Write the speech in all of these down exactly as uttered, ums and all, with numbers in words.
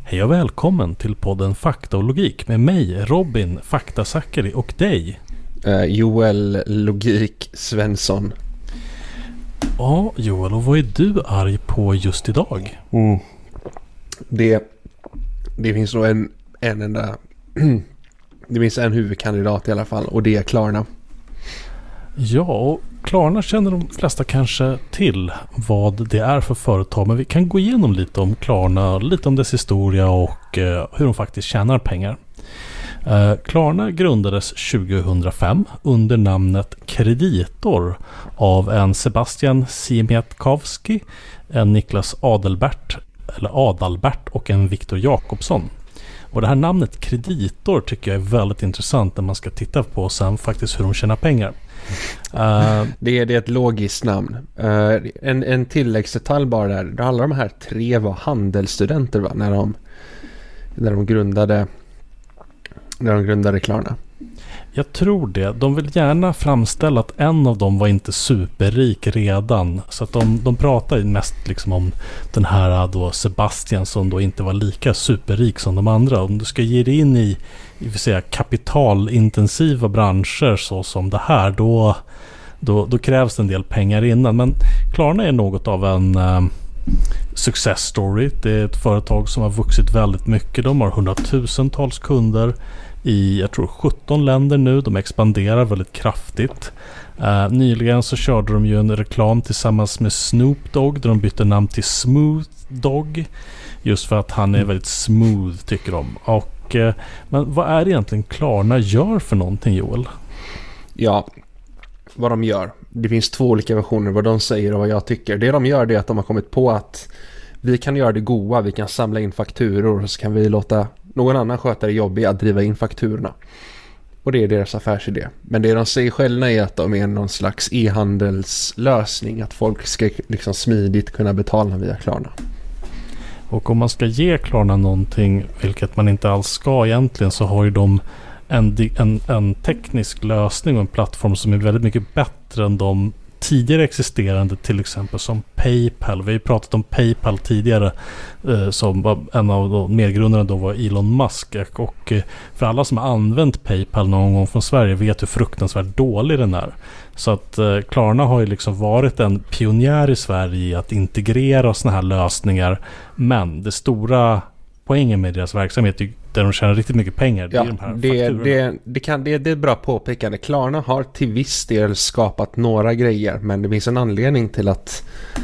Hej och välkommen till podden Fakta och Logik med mig, Robin Faktasakari och dig. Uh, Joel Logik Svensson. Ja, Joel, och vad är du arg på just idag? Mm. Det, det finns nog en, en enda... det finns en huvudkandidat i alla fall, och det är Klarna. Ja, och Klarna känner de flesta kanske till vad det är för företag, men vi kan gå igenom lite om Klarna, lite om dess historia och eh, hur de faktiskt tjänar pengar. Eh, Klarna grundades tjugohundrafem under namnet Kreditor av en Sebastian Siemiatkowski, en Niklas Adelbert, eller Adalbert och en Viktor Jakobsson. Och det här namnet Kreditor tycker jag är väldigt intressant när man ska titta på sen faktiskt hur de tjänar pengar. Uh, det, är, det är ett logiskt namn. Uh, en, en tilläggsdetalj bara där. Det alla de här tre var handelsstudenter, va? När de, när de grundade när de grundade Klarna. Jag tror det. De vill gärna framställa att en av dem var inte superrik redan. Så att de, de pratar mest liksom om den här då Sebastian som då inte var lika superrik som de andra. Om du ska ge dig in i, i vill säga, kapitalintensiva branscher så som det här, då, då, då krävs det en del pengar innan. Men Klarna är något av en eh, success story. Det är ett företag som har vuxit väldigt mycket. De har hundratusentals kunder i, jag tror, sjutton länder nu. De expanderar väldigt kraftigt. Uh, nyligen så körde de ju en reklam tillsammans med Snoop Dogg där de bytte namn till Smooth Dogg. Just för att han är väldigt smooth, tycker de. Och, uh, men vad är det egentligen Klarna gör för någonting, Joel? Ja, vad de gör. Det finns två olika versioner vad de säger och vad jag tycker. Det de gör det är att de har kommit på att vi kan göra det goda. Vi kan samla in fakturor och så kan vi låta någon annan sköta det jobbiga att driva in fakturorna. Och det är deras affärsidé. Men det de säger själva är att de är någon slags e-handelslösning. Att folk ska liksom smidigt kunna betala via Klarna. Och om man ska ge Klarna någonting, vilket man inte alls ska egentligen, så har ju de en, en, en teknisk lösning och en plattform som är väldigt mycket bättre än de tidigare existerande, till exempel som PayPal. Vi har ju pratat om PayPal tidigare, eh, som var en av de medgrundarna då var Elon Musk, och eh, för alla som har använt PayPal någon gång från Sverige vet hur fruktansvärt dålig den är. Så att eh, Klarna har ju liksom varit en pionjär i Sverige i att integrera såna här lösningar, men det stora poängen med deras verksamhet är där de tjänar riktigt mycket pengar. Det ja, är de här det, det, det, kan, det, det är ett bra påpekande. Klarna har till viss del skapat några grejer, men det finns en anledning till att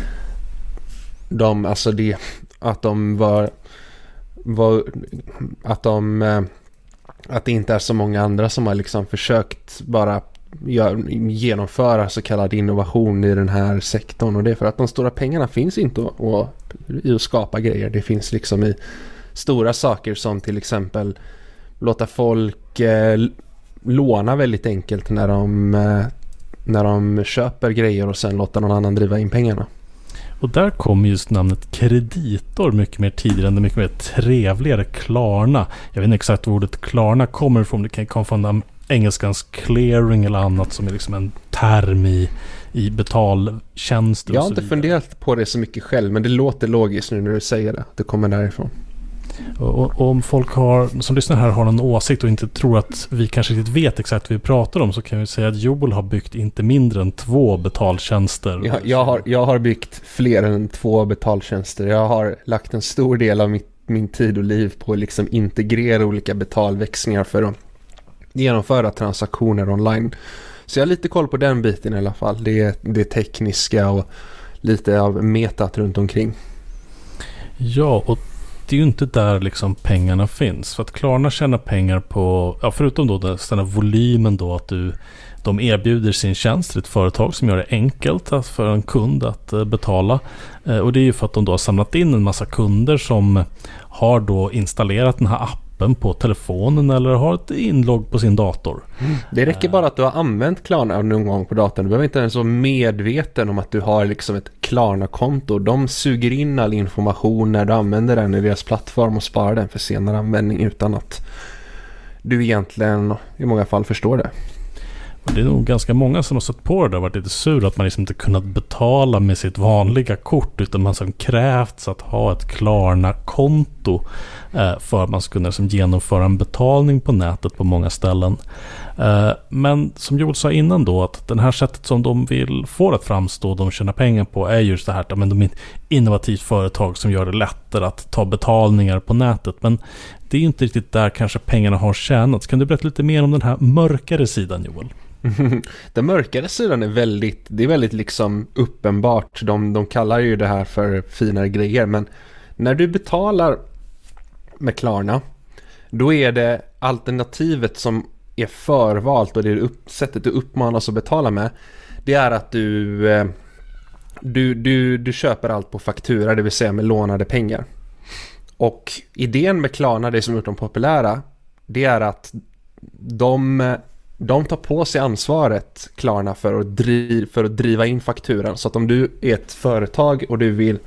de, alltså det, att de var, var att de att det inte är så många andra som har liksom försökt bara gör, genomföra så kallad innovation i den här sektorn, och det är för att de stora pengarna finns inte och, och, i att skapa grejer. Det finns liksom i stora saker som till exempel låta folk eh, låna väldigt enkelt när de, eh, när de köper grejer och sen låta någon annan driva in pengarna. Och där kommer just namnet Kreditor mycket mer tidigare än det mycket mer trevligare Klarna. Jag vet inte exakt var ordet Klarna kommer ifrån. Det kan komma från engelskans clearing eller annat som är liksom en term i, i betaltjänster. Jag har inte funderat på det så mycket själv, men det låter logiskt nu när du säger det. Det kommer därifrån. Och, och om folk har, som lyssnar här har någon åsikt och inte tror att vi kanske riktigt vet exakt vad vi pratar om, så kan vi säga att Joel har byggt inte mindre än två betaltjänster. Jag, jag, har, jag har byggt fler än två betaltjänster. Jag har lagt en stor del av mitt, min tid och liv på att liksom integrera olika betalväxlingar för att genomföra transaktioner online. Så jag har lite koll på den biten i alla fall. Det är det tekniska och lite av metat runt omkring. Ja, och det är ju inte där liksom pengarna finns. För att Klarna tjänar pengar på, ja, förutom då den här volymen då, att du, de erbjuder sin tjänst till ett företag som gör det enkelt att, för en kund att uh, betala. Uh, och det är ju för att de då har samlat in en massa kunder som har då installerat den här appen på telefonen eller har ett inlogg på sin dator. Mm. Det räcker bara att du har använt Klarna någon gång på datorn. Du behöver inte ens vara medveten om att du har liksom ett Klarna-konto. De suger in all information när du använder den i deras plattform och sparar den för senare användning utan att du egentligen i många fall förstår det. Och det är nog ganska många som har stått på det och varit lite sur att man liksom inte kunnat betala med sitt vanliga kort, utan man som krävts att ha ett Klarna-konto konto eh, för att man ska kunna liksom genomföra en betalning på nätet på många ställen. Eh, men som Joel sa innan då, att det här sättet som de vill få att framstå och de tjänar pengar på är just det här att men de är ett innovativt företag som gör det lättare att ta betalningar på nätet. Men det är inte riktigt där kanske pengarna har tjänats. Kan du berätta lite mer om den här mörkare sidan, Joel? Den mörkare sidan är väldigt, det är väldigt liksom uppenbart. De, de kallar ju det här för finare grejer, men när du betalar med Klarna, då är det alternativet som är förvalt och det är upp, sättet du uppmanas att betala med, det är att du, eh, du, du, du köper allt på faktura, det vill säga med lånade pengar. Och idén med Klarna, det som gjort dem populära, det är att de, de tar på sig ansvaret, Klarna, för att, driv, för att driva in fakturan. Så att om du är ett företag och du vill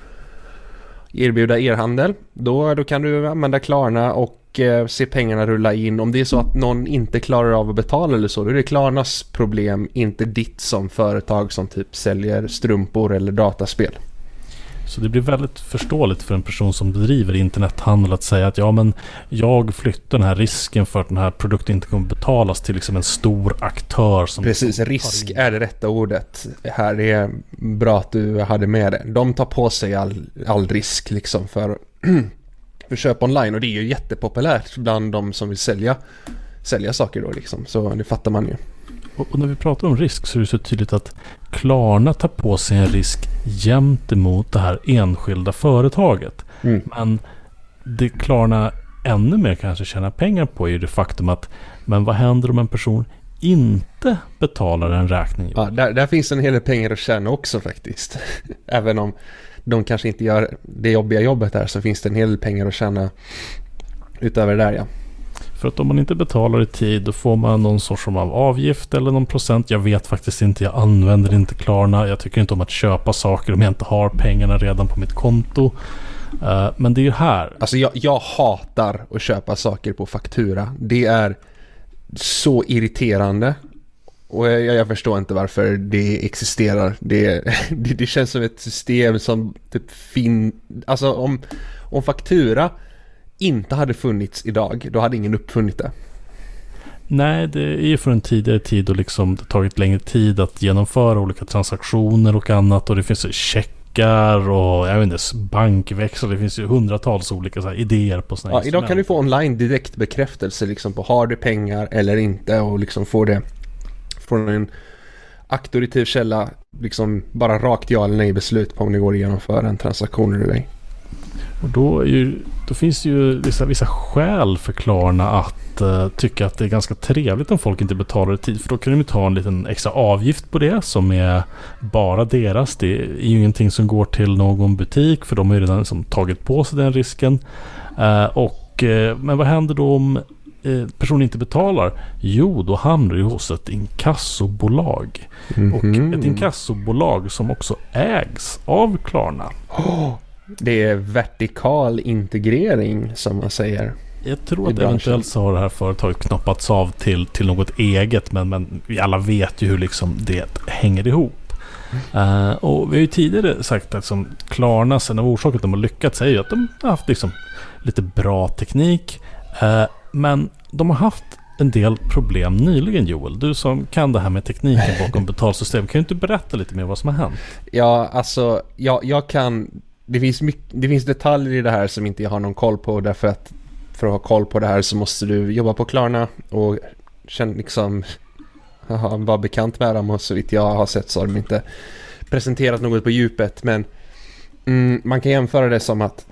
erbjuda e-handel, då, då kan du använda Klarna och eh, se pengarna rulla in. Om det är så att någon inte klarar av att betala eller så, då är det Klarnas problem, inte ditt som företag som typ säljer strumpor eller dataspel. Så det blir väldigt förståeligt för en person som bedriver internethandel att säga att ja, men jag flyttar den här risken för att den här produkten inte kommer betalas till liksom en stor aktör. Som Precis, risk är det rätta ordet. Här är bra att du hade med det. De tar på sig all, all risk liksom för, för köp online, och det är ju jättepopulärt bland de som vill sälja, sälja saker då liksom. Så det fattar man ju. Och när vi pratar om risk så är det så tydligt att Klarna tar på sig en risk gentemot det här enskilda företaget. Mm. Men det Klarna ännu mer kanske tjänar pengar på är ju det faktum att men vad händer om en person inte betalar en räkning? Ja, där, där finns en hel del pengar att tjäna också faktiskt. Även om de kanske inte gör det jobbiga jobbet där, så finns det en hel del pengar att tjäna utöver det där, ja. För att om man inte betalar i tid, då får man någon sorts av avgift eller någon procent. Jag vet faktiskt inte, jag använder inte Klarna. Jag tycker inte om att köpa saker om jag inte har pengarna redan på mitt konto. Uh, men det är ju här. Alltså jag, jag hatar att köpa saker på faktura. Det är så irriterande. Och jag, jag förstår inte varför det existerar. Det, det, det känns som ett system som typ fin... Alltså om, om faktura inte hade funnits idag, då hade ingen uppfunnit det. Nej, det är ju för en tidigare tid och liksom det tagit längre tid att genomföra olika transaktioner och annat, och det finns checkar och jag vet inte, bankväxlar, det finns ju hundratals olika så här idéer på såna här ja, instrument. Idag kan du få online direkt bekräftelse liksom på har du pengar eller inte, och liksom få det från en auktoritativ källa, liksom bara rakt ja eller nej beslut på om det går att genomföra en transaktion eller ej. Och då, är ju, då finns det ju vissa, vissa skäl för Klarna att uh, tycka att det är ganska trevligt om folk inte betalar i tid. För då kan de ju ta en liten extra avgift på det som är bara deras. Det är ju ingenting som går till någon butik, för de har ju redan liksom tagit på sig den risken. Uh, och, uh, men vad händer då om uh, personen inte betalar? Jo, då hamnar det ju hos ett inkassobolag. Mm-hmm. Och ett inkassobolag som också ägs av Klarna. Oh. Det är vertikal integrering som man säger. Jag tror att eventuellt så har det här företaget knoppats av till, till något eget, men, men vi alla vet ju hur liksom det hänger ihop. Mm. Uh, och vi har ju tidigare sagt att som Klarna, sen av orsaken att de har lyckats, är ju att de har haft liksom lite bra teknik. Uh, men de har haft en del problem nyligen, Joel. Du som kan det här med tekniken bakom betalsystem, kan du inte berätta lite mer vad som har hänt? Ja, alltså jag, jag kan... Det finns, mycket, det finns detaljer i det här som inte jag har någon koll på, därför att för att ha koll på det här så måste du jobba på Klarna och känna liksom vara bekant med dem, och så vitt jag har sett så har de inte presenterat något på djupet, men mm, man kan jämföra det som att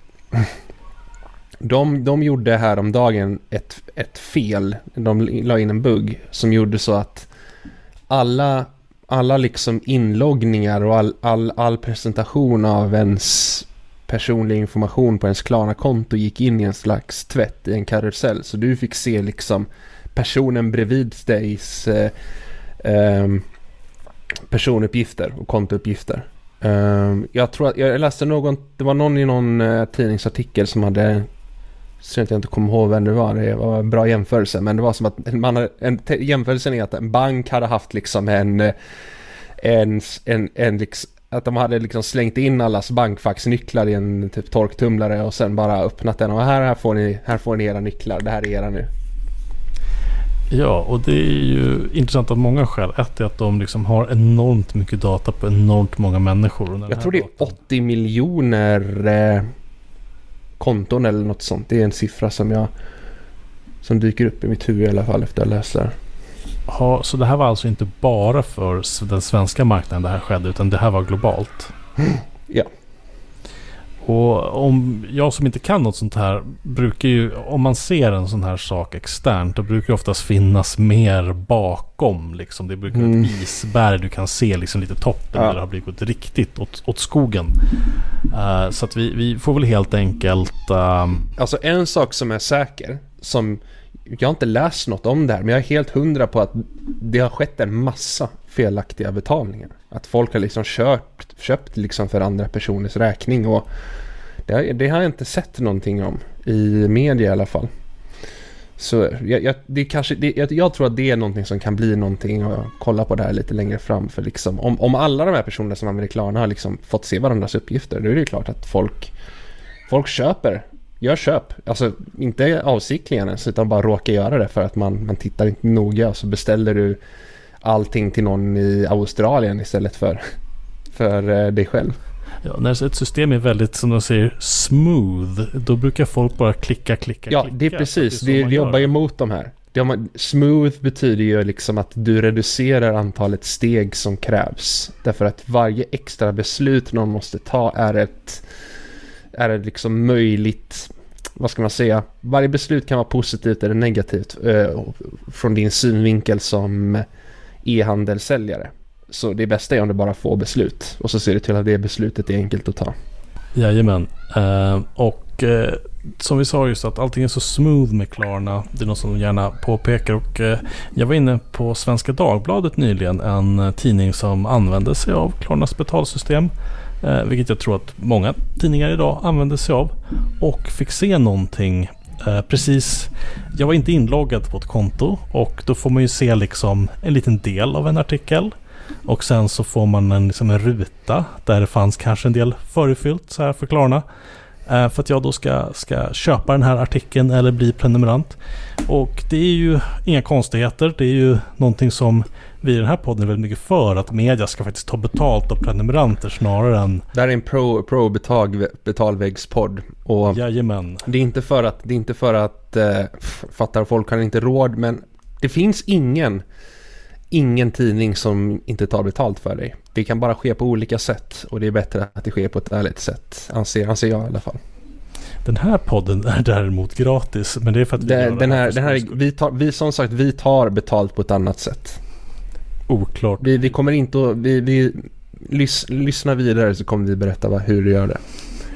de, de gjorde här om dagen ett, ett fel. De la in en bugg som gjorde så att alla alla liksom inloggningar och all, all, all presentation av ens personlig information på ens Klarna-konto gick in i en slags tvätt i en karusell. Så du fick se liksom personen bredvid digs eh, eh, personuppgifter och kontouppgifter. Eh, jag tror att jag läste någon, det var någon i någon eh, tidningsartikel som hade, så jag inte kommer ihåg vem det var, det var en bra jämförelse, men det var som att man hade, en, jämförelsen är att en bank hade haft liksom en en, en, en liksom, Att de hade liksom slängt in allas bankfaxnycklar i en typ torktumlare och sen bara öppnat den och här, här, får ni, här får ni era nycklar, det här är era nu. Ja, och det är ju intressant av många skäl. Ett är att de liksom har enormt mycket data på enormt många människor. Jag tror det är åttio miljoner eh, konton eller något sånt. Det är en siffra som jag som dyker upp i mitt huvud i alla fall efter att jag läser. Ja, så det här var alltså inte bara för den svenska marknaden det här skedde, utan det här var globalt. Ja. Och om jag som inte kan något sånt här brukar ju, om man ser en sån här sak externt, då brukar det oftast finnas mer bakom liksom. Det brukar vara Mm. ett isberg, du kan se liksom lite toppen Ja. där det har blivit riktigt åt, åt skogen. Uh, så att vi, vi får väl helt enkelt uh, Alltså en sak som är säker, som jag har inte läst något om det här, men jag är helt hundra på att det har skett en massa felaktiga betalningar. Att folk har liksom köpt, köpt liksom för andra personers räkning, och det har, det har jag inte sett någonting om i media i alla fall. Så jag, jag, det är kanske, det, jag, jag tror att det är någonting som kan bli någonting att kolla på det här lite längre fram. För liksom, om, om alla de här personerna som använder Klarna har liksom fått se varandras uppgifter, då är det ju klart att folk, folk köper. Gör köp. Alltså inte avsiktligen ens, utan bara råkar göra det för att man, man tittar inte noga, så beställer du allting till någon i Australien istället för, för eh, dig själv. ja, när ett system är väldigt, som de säger, smooth, då brukar folk bara klicka, klicka, Ja, klicka. det är precis. Det, det, är det jobbar ju emot de här. Det, man, smooth betyder ju liksom att du reducerar antalet steg som krävs. Därför att varje extra beslut någon måste ta är ett är det liksom möjligt, vad ska man säga, varje beslut kan vara positivt eller negativt eh, från din synvinkel som e-handelssäljare. Så det bästa är om du bara får beslut, och så ser du till att det beslutet är enkelt att ta. Jajamän. Uh, och uh, som vi sa just att allting är så smooth med Klarna. Det är något som de gärna påpekar. Och uh, jag var inne på Svenska Dagbladet nyligen, en uh, tidning som använder sig av Klarnas betalsystem. Uh, vilket jag tror att många tidningar idag använder sig av. Och fick se någonting uh, precis. Jag var inte inloggad på ett konto, och då får man ju se liksom en liten del av en artikel. Och sen så får man en, liksom en ruta där det fanns kanske en del förefyllt så här för Klarna. Eh, för att jag då ska, ska köpa den här artikeln eller bli prenumerant. Och det är ju inga konstigheter. Det är ju någonting som vi i den här podden är väldigt mycket för. Att media ska faktiskt ta betalt av prenumeranter snarare än... Det här är en pro, pro betal, betalvägspodd. Och Jajamän. det är inte för att, det är inte för att eh, fattar folk har inte råd, men det finns ingen ingen tidning som inte tar betalt för dig. Det kan bara ske på olika sätt, och det är bättre att det sker på ett ärligt sätt, anser, anser jag i alla fall. Den här podden är däremot gratis, men det är för att vi det, gör den det här, för den här skull. vi, tar, vi som sagt, vi tar betalt på ett annat sätt. Oklart. Vi, vi kommer inte att, vi, vi lys, lyssna vidare så kommer vi berätta vad, hur du gör det.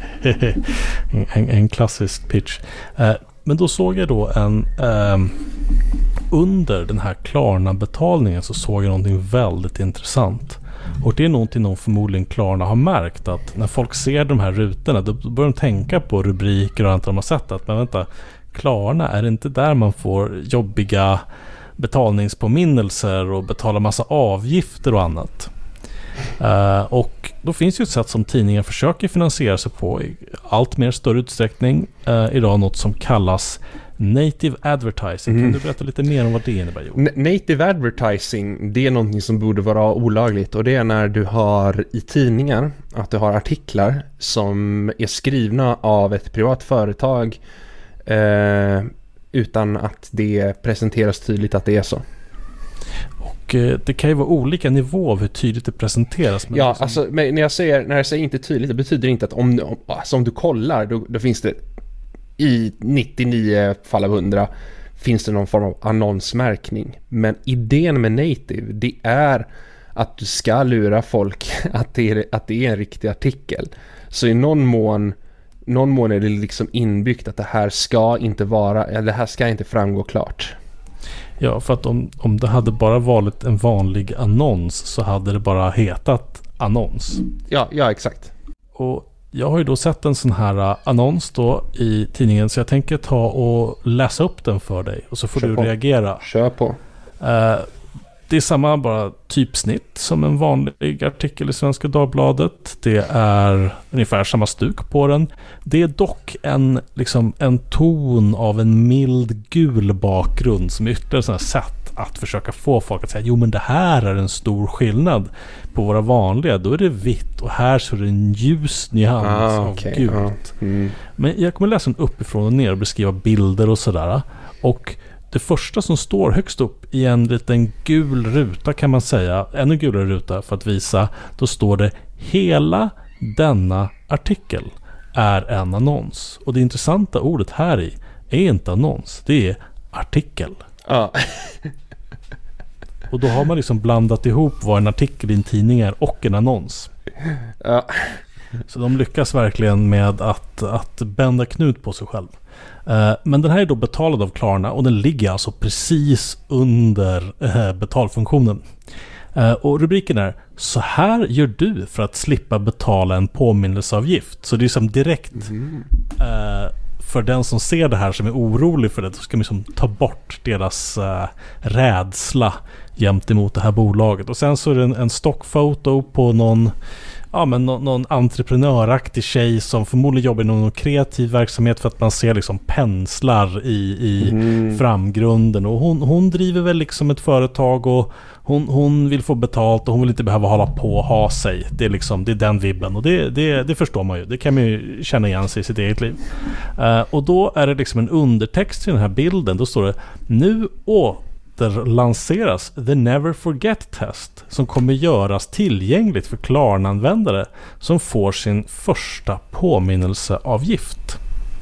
en, en klassisk pitch. Eh, men då såg jag då en eh, under den här Klarna-betalningen så såg jag någonting väldigt intressant. Och det är någonting någon förmodligen Klarna har märkt, att när folk ser de här rutorna då börjar de tänka på rubriker och annat de har sett, att men vänta, Klarna, är det inte där man får jobbiga betalningspåminnelser och betala massa avgifter och annat? Uh, och då finns ju ett sätt som tidningar försöker finansiera sig på i allt mer större utsträckning uh, idag, något som kallas native advertising. Mm. Kan du berätta lite mer om vad det innebär, Johan? N- native advertising, det är någonting som borde vara olagligt, och det är när du har i tidningar att du har artiklar som är skrivna av ett privat företag eh, utan att det presenteras tydligt att det är så. Och uh, det kan ju vara olika nivå av hur tydligt det presenteras. Men ja, liksom... alltså men när jag säger när jag säger inte tydligt, det betyder inte att om, om, alltså om du kollar då, då finns det i nittionio fall av hundra finns det någon form av annonsmärkning. Men idén med native, det är att du ska lura folk att det är, att det är en riktig artikel. Så i någon mån, någon mån är det liksom inbyggt att det här ska inte vara, eller det här ska inte framgå klart. Ja, för att om, om det hade bara varit en vanlig annons så hade det bara hetat annons. Ja, ja exakt. Och jag har ju då sett en sån här annons då i tidningen, så jag tänker ta och läsa upp den för dig och så får Kör du på. reagera. Kör på. Uh, det är samma bara typsnitt som en vanlig artikel i Svenska Dagbladet. Det är ungefär samma stuk på den. Det är dock en, liksom, en ton av en mild gul bakgrund som är ytterligare sådana sätt att försöka få folk att säga jo men det här är en stor skillnad på våra vanliga. Då är det vitt och här så är det en ljus nyans ah, av okay. gult. Ah, mm. Men jag kommer läsa den uppifrån och ner och beskriva bilder och sådär. Och det första som står högst upp i en liten gul ruta kan man säga, ännu gulare ruta för att visa, då står det hela denna artikel är en annons. Och det intressanta ordet här i är inte annons, det är artikel. Ja. Och då har man liksom blandat ihop vad en artikel i en tidning är och en annons. Ja. Så de lyckas verkligen med att, att bända knut på sig själv. Uh, men den här är då betalad av Klarna och den ligger alltså precis under uh, betalfunktionen. Uh, och rubriken är så här gör du för att slippa betala en påminnelseavgift. Så det är som direkt mm. uh, för den som ser det här som är orolig för det, så ska man liksom ta bort deras uh, rädsla jämt emot det här bolaget. Och sen så är det en, en stockfoto på någon ja, men någon, någon entreprenöraktig tjej som förmodligen jobbar i någon kreativ verksamhet för att man ser liksom penslar i, i mm. framgrunden. Och hon, hon driver väl liksom ett företag och hon, hon vill få betalt och hon vill inte behöva hålla på och ha sig. Det är liksom, det är den vibben och det, det, det förstår man ju. Det kan man ju känna igen sig i sitt eget liv. Uh, och då är det liksom en undertext i den här bilden. Då står det nu åt lanseras The Never Forget Test som kommer göras tillgängligt för Klarna-användare som får sin första påminnelseavgift.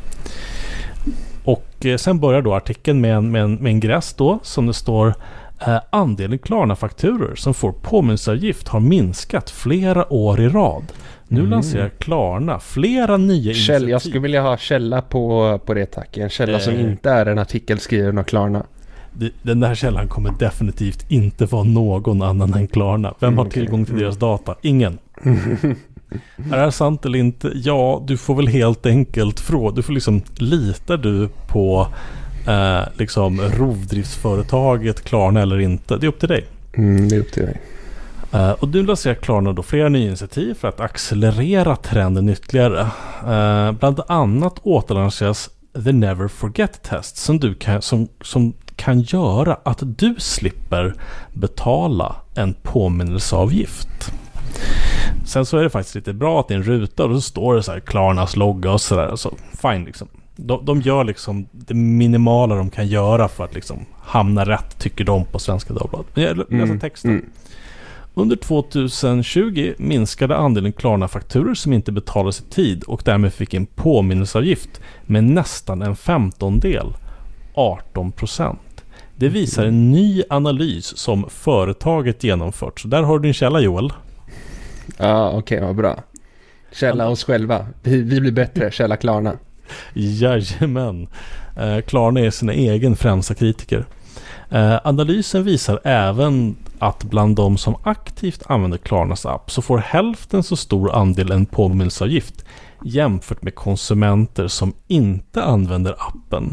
Och eh, sen börjar då artikeln med en, med en, med en gräs då som det står eh, andelen Klarna-fakturor som får påminnelseavgift har minskat flera år i rad. Nu mm. lanserar Klarna flera nya Käll, initiativ. Jag skulle vilja ha källa på, på det tack. En källa eh. som inte är en artikel skriven av Klarna. Den där källan kommer definitivt inte vara någon annan än Klarna. Vem har tillgång till deras data? Ingen. Är det här sant eller inte? Ja, du får väl helt enkelt fråga. Du får liksom, litar du på eh, liksom rovdriftsföretaget Klarna eller inte? Det är upp till dig. Mm, det är upp till dig. Uh, och nu lanserar Klarna då flera nya initiativ för att accelerera trenden ytterligare. Uh, bland annat återlanseras The Never Forget Test som du kan, som, som kan göra att du slipper betala en påminnelseavgift. Sen så är det faktiskt lite bra att det är en ruta och så står det så här Klarnas logga och sådär. Så fine liksom. De, de gör liksom det minimala de kan göra för att liksom hamna rätt, tycker de på Svenska Dagbladet. Men jag läser mm. texten. Mm. Under tjugohundratjugo minskade andelen Klarna-fakturor som inte betalades i tid och därmed fick en påminnelseavgift med nästan en femtondel, arton procent. Det visar en ny analys som företaget genomfört. Så där har du din källa, Joel. Ja, okej, okay, vad bra. Källa oss själva. Vi, vi blir bättre, källa Klarna. Jajamän. Eh, Klarna är sina egen främsta kritiker. Eh, analysen visar även att bland de som aktivt använder Klarnas app så får hälften så stor andel en påminnelseavgift jämfört med konsumenter som inte använder appen.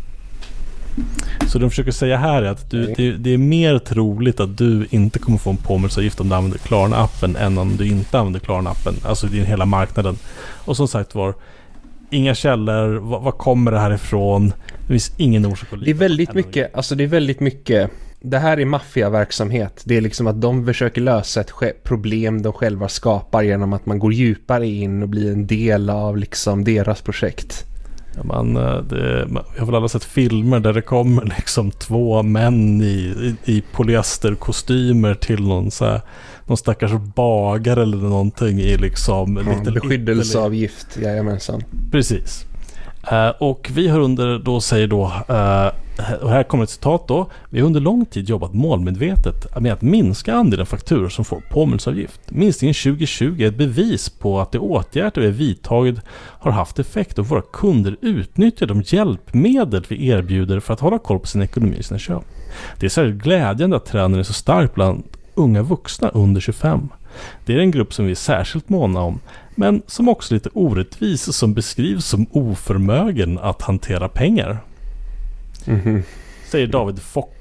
Så de försöker säga här är att du, det, det är mer troligt att du inte kommer få en påminnelseavgift om du använder Klarna-appen än om du inte använder Klarna-appen. Alltså det är hela marknaden. Och som sagt var, inga källor, vad, vad kommer det här ifrån? Det finns ingen orsak att lita. Det är väldigt mycket, alltså det är väldigt mycket, det här är maffiaverksamhet. Det är liksom att de försöker lösa ett problem de själva skapar genom att man går djupare in och blir en del av liksom deras projekt. Ja, man, det, jag har väl alla sett filmer där det kommer liksom två män i, i, i polyesterkostymer till någon så här, någon stackars bagare eller någonting i liksom ja, lite beskyddelseavgift, jajamensan. Precis. Uh, och vi har under, då säger då, uh, och här kommer ett citat då, vi har under lång tid jobbat målmedvetet med att minska andelen fakturor som får påminnelseavgift. Minskningen tjugo tjugo är ett bevis på att det åtgärder vi vidtagit har haft effekt och våra kunder utnyttjar de hjälpmedel vi erbjuder för att hålla koll på sin ekonomi och sina köp. Det är särskilt glädjande att trenden är så stark bland unga vuxna under tjugofem. Det är en grupp som vi är särskilt måna om, men som också är lite orättvis, som beskrivs som oförmögen att hantera pengar. Mm-hmm. Säger David Fock,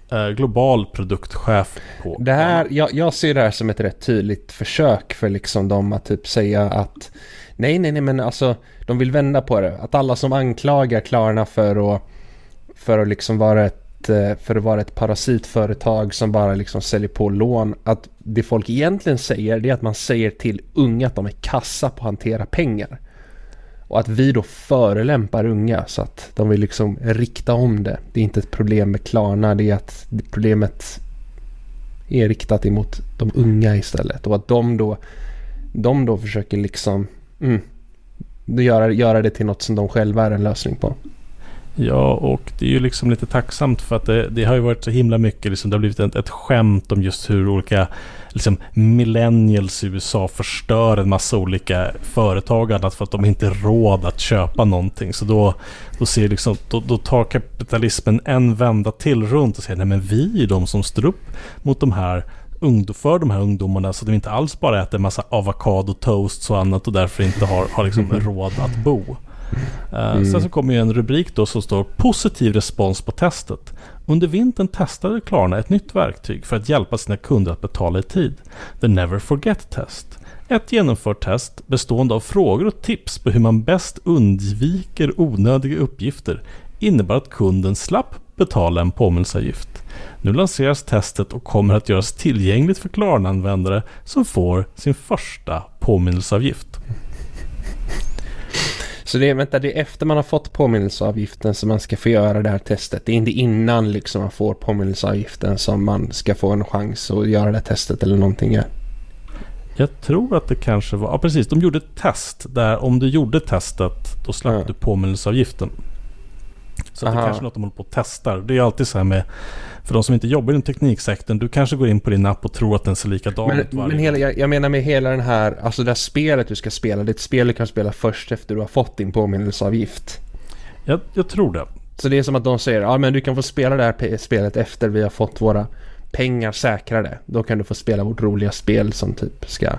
eh, global produktchef på det här, jag, jag ser det här som ett rätt tydligt försök för liksom dem att typ säga att nej, nej, nej, men alltså de vill vända på det. Att alla som anklagar Klarna för att för att liksom vara ett för att vara ett parasitföretag som bara liksom säljer på lån, att det folk egentligen säger, det är att man säger till unga att de är kassa på att hantera pengar. Och att vi då förelämpar unga så att de vill liksom rikta om det. Det är inte ett problem med Klarna, det är att problemet är riktat emot de unga istället. Och att de då, de då försöker liksom mm, göra, göra det till något som de själva är en lösning på. Ja, och det är ju liksom lite tacksamt för att det, det har ju varit så himla mycket, liksom, det har blivit ett, ett skämt om just hur olika liksom, millennials i U S A förstör en massa olika företag annat för att de inte har råd att köpa någonting. Så då, då, ser liksom, då, då tar kapitalismen en vända till runt och säger nej men vi är de som står upp mot de här ungdom, för de här ungdomarna så att de inte alls bara äter en massa avokado, toast och annat och därför inte har, har liksom råd att bo. Uh, mm. Sen så kommer ju en rubrik då som står positiv respons på testet. Under vintern testade Klarna ett nytt verktyg för att hjälpa sina kunder att betala i tid. The Never Forget Test. Ett genomfört test bestående av frågor och tips på hur man bäst undviker onödiga uppgifter innebär att kunden slapp betala en påminnelseavgift. Nu lanseras testet och kommer att göras tillgängligt för Klarna-användare som får sin första påminnelseavgift. Så det är, vänta, det är efter man har fått påminnelseavgiften som man ska få göra det här testet. Det är inte innan liksom man får påminnelseavgiften som man ska få en chans att göra det här testet eller någonting. Ja. Jag tror att det kanske var... Ja, precis. De gjorde ett test där om du gjorde testet då slapp ja. du påminnelseavgiften. Så att det kanske är något de håller på att testar. Det är alltid så här med... För de som inte jobbar i den tekniksektorn, du kanske går in på din app och tror att den ser likadan ut Men, men hela, jag, jag menar med hela den här, alltså det här spelet du ska spela, det är ett spel du kan spela först efter du har fått din påminnelseavgift. Jag, jag tror det. Så det är som att de säger, ja men du kan få spela det här spelet efter vi har fått våra pengar säkrade. Då kan du få spela vårt roliga spel som typ ska...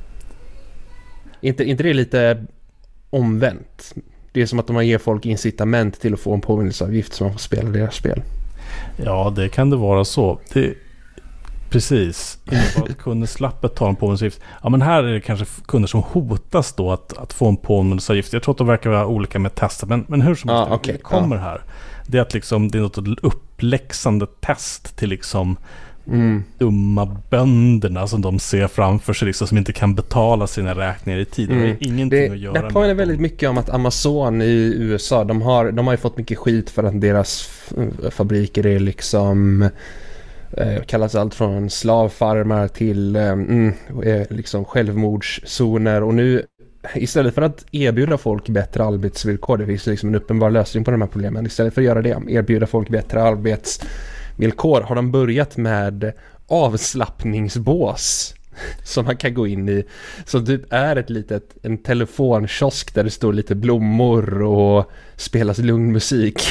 Inte, inte det är lite omvänt? Det är som att de ger folk incitament till att få en påminnelseavgift så man får spela deras spel. Ja, det kan det vara så. Det, precis. Innebär att kunden slapp ta en påminnelseavgift. Ja, men här är det kanske kunder som hotas då att, att få en påminnelseavgift. Jag tror att de verkar vara olika med tester. Men, men hur som helst, ah, okay. det kommer ah. här. Det är att liksom, det är något uppläxande test till liksom mm. dumma bönderna som de ser framför sig liksom, som inte kan betala sina räkningar i tid. Mm. Det är ingenting det, att göra det med. Det påminner väldigt mycket om att Amazon i U S A, de har, de har ju fått mycket skit för att deras f- fabriker är liksom eh, kallas allt från slavfarmar till eh, mm, liksom självmordszoner, och nu istället för att erbjuda folk bättre arbetsvillkor, det finns liksom en uppenbar lösning på de här problemen, istället för att göra det, erbjuda folk bättre arbetsvillkor, har de börjat med avslappningsbås som man kan gå in i, som typ är ett litet, en telefonkiosk där det står lite blommor och spelas lugn musik.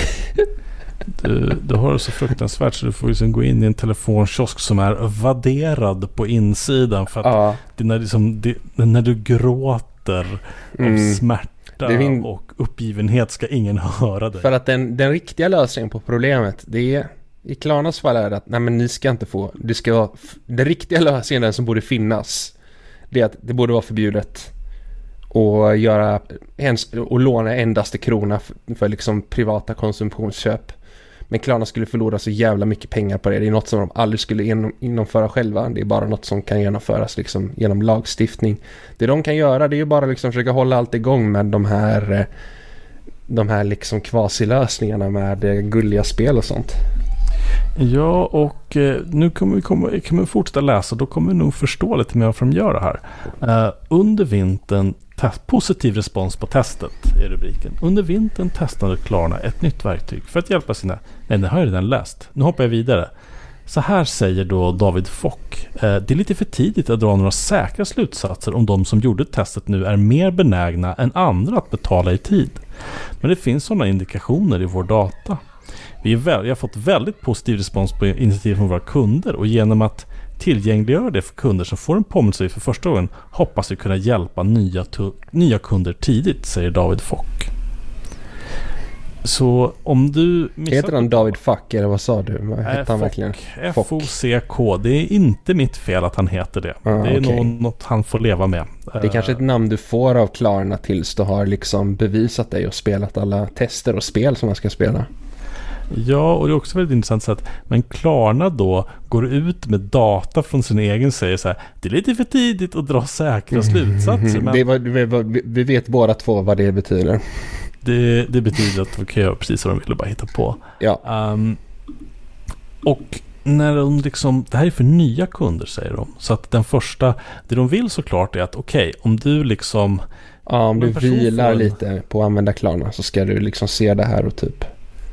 Du, du har det så fruktansvärt så du får liksom gå in i en telefonkiosk som är vadderad på insidan för att ja. det när, liksom, det, när du gråter mm. av smärta fin- och uppgivenhet ska ingen höra dig. För att den, den riktiga lösningen på problemet, det är i Klarnas fall är det att nej, men ni ska inte få, det ska vara den riktiga lösningen som borde finnas, det är att det borde vara förbjudet att göra och låna endaste krona för, för liksom privata konsumtionsköp. Men Klarna skulle förlora så jävla mycket pengar på det. Det är något som de aldrig skulle genom, genomföra själva. Det är bara något som kan genomföras liksom genom lagstiftning. Det de kan göra, det är ju bara liksom försöka hålla allt igång med de här de här liksom kvasilösningarna med gulliga spel och sånt. Ja, och eh, nu kommer vi komma, kan vi fortsätta läsa, då kommer vi nog förstå lite mer varför de gör det här. Uh, under vintern, test, positiv respons på testet är rubriken. Under vintern testade Klarna ett nytt verktyg för att hjälpa sina... Nej, det har jag redan läst. Nu hoppar jag vidare. Så här säger då David Fock. Uh, det är lite för tidigt att dra några säkra slutsatser om de som gjorde testet nu är mer benägna än andra att betala i tid. Men det finns sådana indikationer i vår data. Vi, är väl, vi har fått väldigt positiv respons på initiativ från våra kunder, och genom att tillgängliggöra det för kunder som får en påminnelse för första gången hoppas vi kunna hjälpa nya, tu- nya kunder tidigt, säger David Fock. Så om du missar... Heter han David Fock eller vad sa du? Vad heter äh, han Fock, verkligen? F O C K. Det är inte mitt fel att han heter det. Ah, det är okay. nog något han får leva med. Det är uh, kanske ett namn du får av Klarna tills du har liksom bevisat dig och spelat alla tester och spel som man ska spela. Ja, och det är också väldigt intressant så att men Klarna då går ut med data från sin egen säger så här, det är lite för tidigt att dra säkra slutsatser. Men... Det var, vi, vi vet båda två vad det betyder. Det, det betyder att de kan göra precis vad de vill och bara hitta på. Ja. Um, och när de liksom, det här är för nya kunder säger de. Så att den första, det de vill såklart är att okej, okay, om du liksom... Ja, om du vilar en, lite på att använda Klarna så ska du liksom se det här och typ...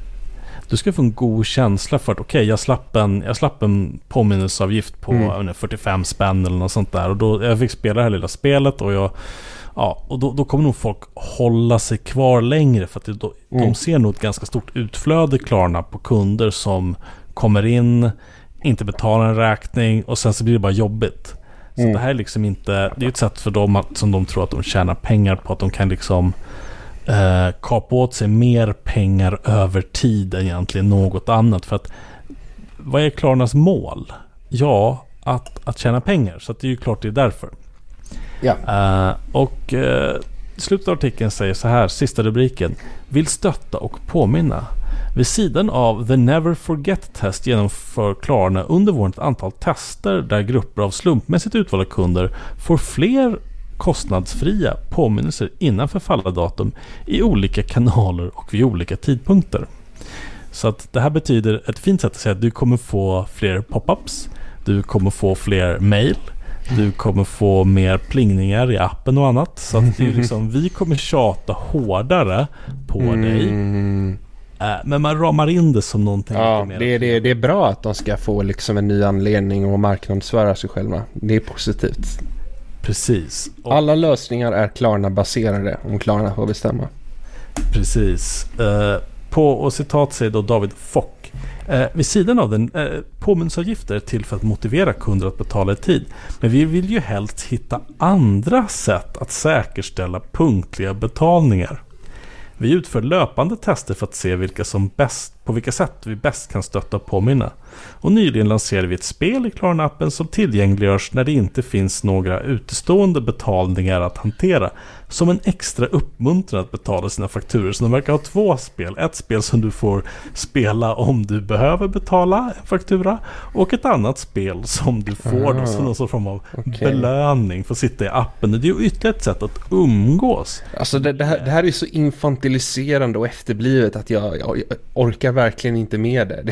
Du ska få en god känsla för att okej, okay, jag slapp en jag slapp en påminnelseavgift på mm. fyrtiofem spänn eller något sånt där och då jag fick spela det här lilla spelet och jag ja, och då, då kommer nog folk hålla sig kvar längre för att det, då, mm. de ser nog ett ganska stort utflöde Klarna på kunder som kommer in, inte betalar en räkning och sen så blir det bara jobbigt. Så mm. det här är liksom inte, det är ett sätt för dem att, som de tror att de tjänar pengar på, att de kan liksom Uh, kapa åt sig mer pengar över tid än egentligen något annat. För att vad är Klarnas mål? Ja, att, att tjäna pengar. Så att det är ju klart det är därför. Ja. Uh, och uh, slutet av artikeln säger så här, sista rubriken: vill stötta och påminna. Vid sidan av The Never Forget-test genomför Klarna under våren ett antal tester där grupper av slumpmässigt utvalda kunder får fler kostnadsfria påminnelser innan förfallardatum i olika kanaler och vid olika tidpunkter. Så att det här betyder ett fint sätt att säga att du kommer få fler pop-ups, du kommer få fler mail, du kommer få mer plingningar i appen och annat. Så att det är liksom, vi kommer tjata hårdare på mm. dig. Men man ramar in det som någonting ja, mer. Det, det, det är bra att de ska få liksom en ny anledning att marknadsföra sig själva. Det är positivt. Precis. Och alla lösningar är Klarna-baserade om Klarna får bestämma. Precis. Eh, på, och citat säger då David Fock. Eh, vid sidan av den eh, påminnelseavgifter till för att motivera kunder att betala i tid. Men vi vill ju helst hitta andra sätt att säkerställa punktliga betalningar. Vi utför löpande tester för att se vilka som bäst, på vilka sätt vi bäst kan stötta och påminna. Och nyligen lanserade vi ett spel i Klarna-appen som tillgängliggörs när det inte finns några utestående betalningar att hantera. Som en extra uppmuntran att betala sina fakturor. Så de verkar ha två spel. Ett spel som du får spela om du behöver betala en faktura. Och ett annat spel som du får då, som någon form av okay. belöning för att sitta i appen. Det är ju ytterligare ett sätt att umgås. Alltså det, det, här, det här är så infantiliserande och efterblivet att jag, jag, jag orkar verkligen inte med det. Det,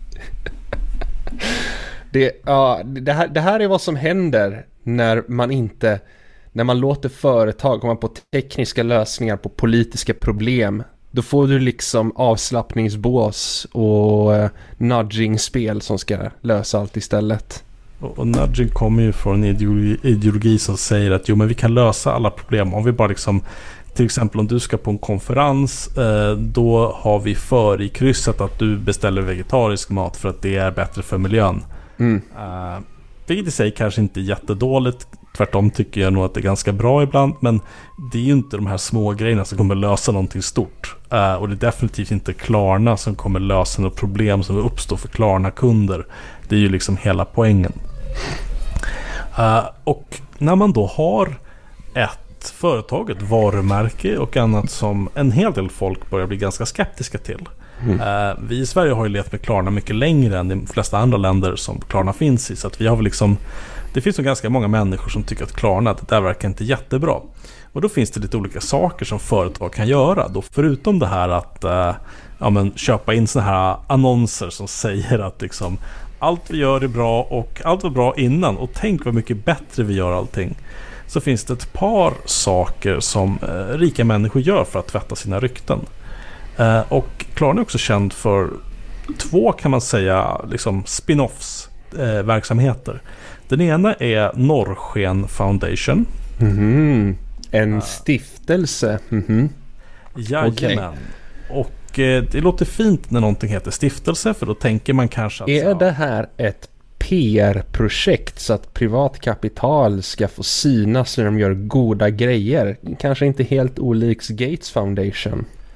det, ja, det, här, det här är vad som händer när man inte när man låter företag komma på tekniska lösningar på politiska problem. Då får du liksom avslappningsbås och uh, nudging-spel som ska lösa allt istället. Och, och nudging kommer ju från en ideologi, ideologi som säger att jo, men vi kan lösa alla problem om vi bara liksom, till exempel om du ska på en konferens, eh, då har vi för i krysset att du beställer vegetarisk mat för att det är bättre för miljön. Mm. Uh, vilket i sig kanske inte är jättedåligt. Tvärtom tycker jag nog att det är ganska bra ibland. Men det är ju inte de här små grejerna som kommer lösa någonting stort. Uh, och det är definitivt inte Klarna som kommer lösa något problem som uppstår för Klarna-kunder. Det är ju liksom hela poängen. Uh, och när man då har ett företag, ett varumärke och annat som en hel del folk börjar bli ganska skeptiska till. Mm. Uh, vi i Sverige har ju levt med Klarna mycket längre än de flesta andra länder som Klarna finns i. Så att vi har väl liksom, det finns nog ganska många människor som tycker att Klarna, det där verkar inte jättebra. Och då finns det lite olika saker som företag kan göra. Då, förutom det här att uh, ja, men, köpa in såna här annonser som säger att liksom, allt vi gör är bra och allt var bra innan. Och tänk vad mycket bättre vi gör allting. Så finns det ett par saker som uh, rika människor gör för att tvätta sina rykten. Uh, och Klarna är också känd för två, kan man säga, liksom spin-offs uh, verksamheter. Den ena är Norrsken Foundation. Mm-hmm. En uh, stiftelse. Mm-hmm. Jajamän. Okay. Och uh, det låter fint när någonting heter stiftelse, för då tänker man kanske att... Är det här ett P R-projekt så att privat kapital ska få synas när de gör goda grejer? Kanske inte helt olikt Gates Foundation.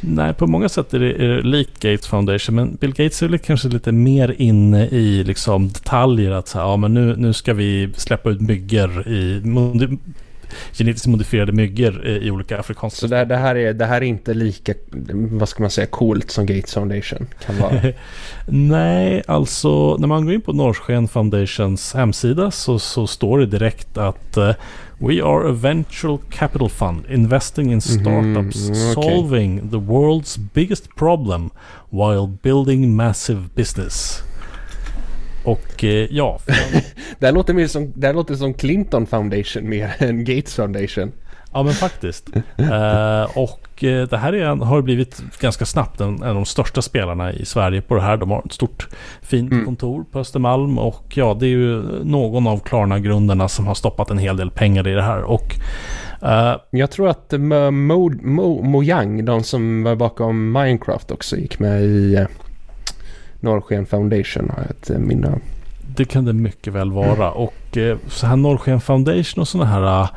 Nej, på många sätt är det, är det likt Gates Foundation, men Bill Gates är väl kanske lite mer inne i liksom detaljer att så här, ja, men nu, nu ska vi släppa ut myggor i modi- genetiskt modifierade myggor i, i olika afrikanska. Så det, det, här är, det här är inte lika, vad ska man säga, coolt som Gates Foundation kan vara? Nej, alltså när man går in på Norrsken Foundations hemsida så, så står det direkt att uh, we are a venture capital fund investing in startups mm, okay. solving the world's biggest problem while building massive business. Och eh, ja. det, här låter mer som, det här låter som Clinton Foundation mer än Gates Foundation. Ja, men faktiskt. uh, och uh, det här är en, har blivit ganska snabbt en, en av de största spelarna i Sverige på det här. De har ett stort fint mm. kontor på Östermalm och ja, det är ju någon av Klarna-grundarna som har stoppat en hel del pengar i det här. Och uh, jag tror att Mo, Mo, Mo, Mojang, de som var bakom Minecraft, också gick med i uh, Norrsken Foundation, har ett uh, minne. Det kan det mycket väl vara. Mm. Och uh, så här Norrsken Foundation och sådana här uh,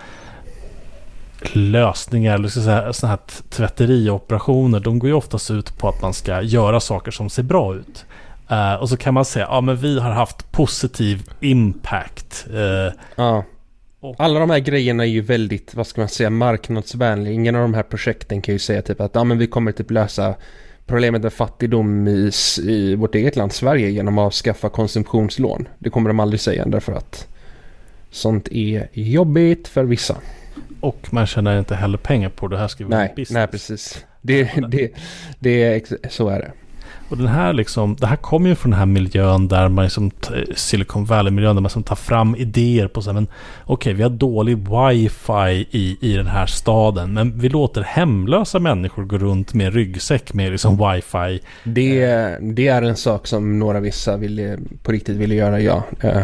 lösningar eller så här, såna här tvätterioperationer, de går ju oftast ut på att man ska göra saker som ser bra ut. Uh, och så kan man säga, ja men vi har haft positiv impact. Uh, ja. Och alla de här grejerna är ju väldigt, vad ska man säga, marknadsvänliga. Ingen av de här projekten kan ju säga typ att ja men vi kommer typ lösa problemet med fattigdom i, i vårt eget land, Sverige, genom att skaffa konsumtionslån. Det kommer de aldrig säga, därför att sånt är jobbigt för vissa. Och man tjänar inte heller pengar på det här. Ska nej, nej, precis. Det, det, det, så är det. Och den här liksom, det här kommer ju från den här miljön där man liksom, Silicon Valley-miljön där man som tar fram idéer på så här, men okej, okay, vi har dålig wifi i, i den här staden, men vi låter hemlösa människor gå runt med ryggsäck med liksom wifi. Det, det är en sak som några vissa ville, på riktigt ville göra, ja.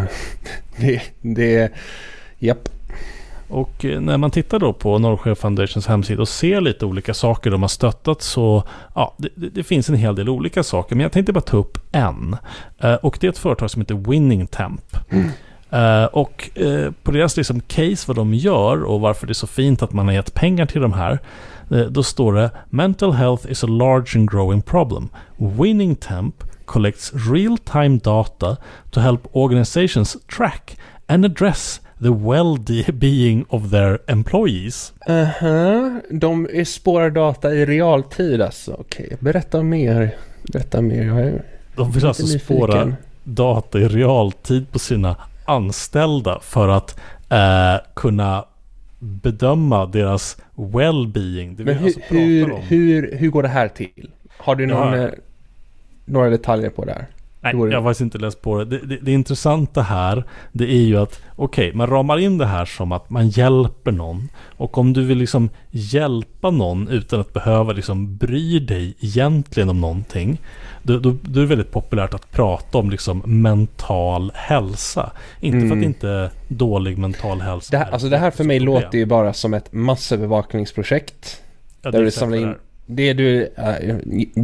Det, det, japp. Och när man tittar då på Norrsken Foundations hemsida och ser lite olika saker de har stöttat, så ja, det, det finns en hel del olika saker, men jag tänkte bara ta upp en. Uh, och det är ett företag som heter Winning Temp. Mm. Uh, och uh, på deras liksom case, vad de gör och varför det är så fint att man har gett pengar till de här, uh, då står det: mental health is a large and growing problem. Winning Temp collects real-time data to help organizations track and address the well-being of their employees. Uh-huh. De spårar data i realtid alltså. Okej, okay. Berätta mer. Berätta mer. Jag är De vill alltså spåra data i realtid på sina anställda för att eh, kunna bedöma deras well-being. Det Men hur, alltså hur, hur, hur går det här till? Har du någon, ja. några detaljer på det här? Nej, jag har faktiskt inte läst på det. Det, det. det intressanta här, det är ju att okej, okay, man ramar in det här som att man hjälper någon. Och om du vill liksom hjälpa någon utan att behöva liksom bry dig egentligen om någonting, då, då, då är det väldigt populärt att prata om liksom mental hälsa. Inte mm. för att inte dålig mental hälsa. Det här, alltså det här för mig problem. låter ju bara som ett massövervakningsprojekt. Ja, det, där du samlar in det du... Äh,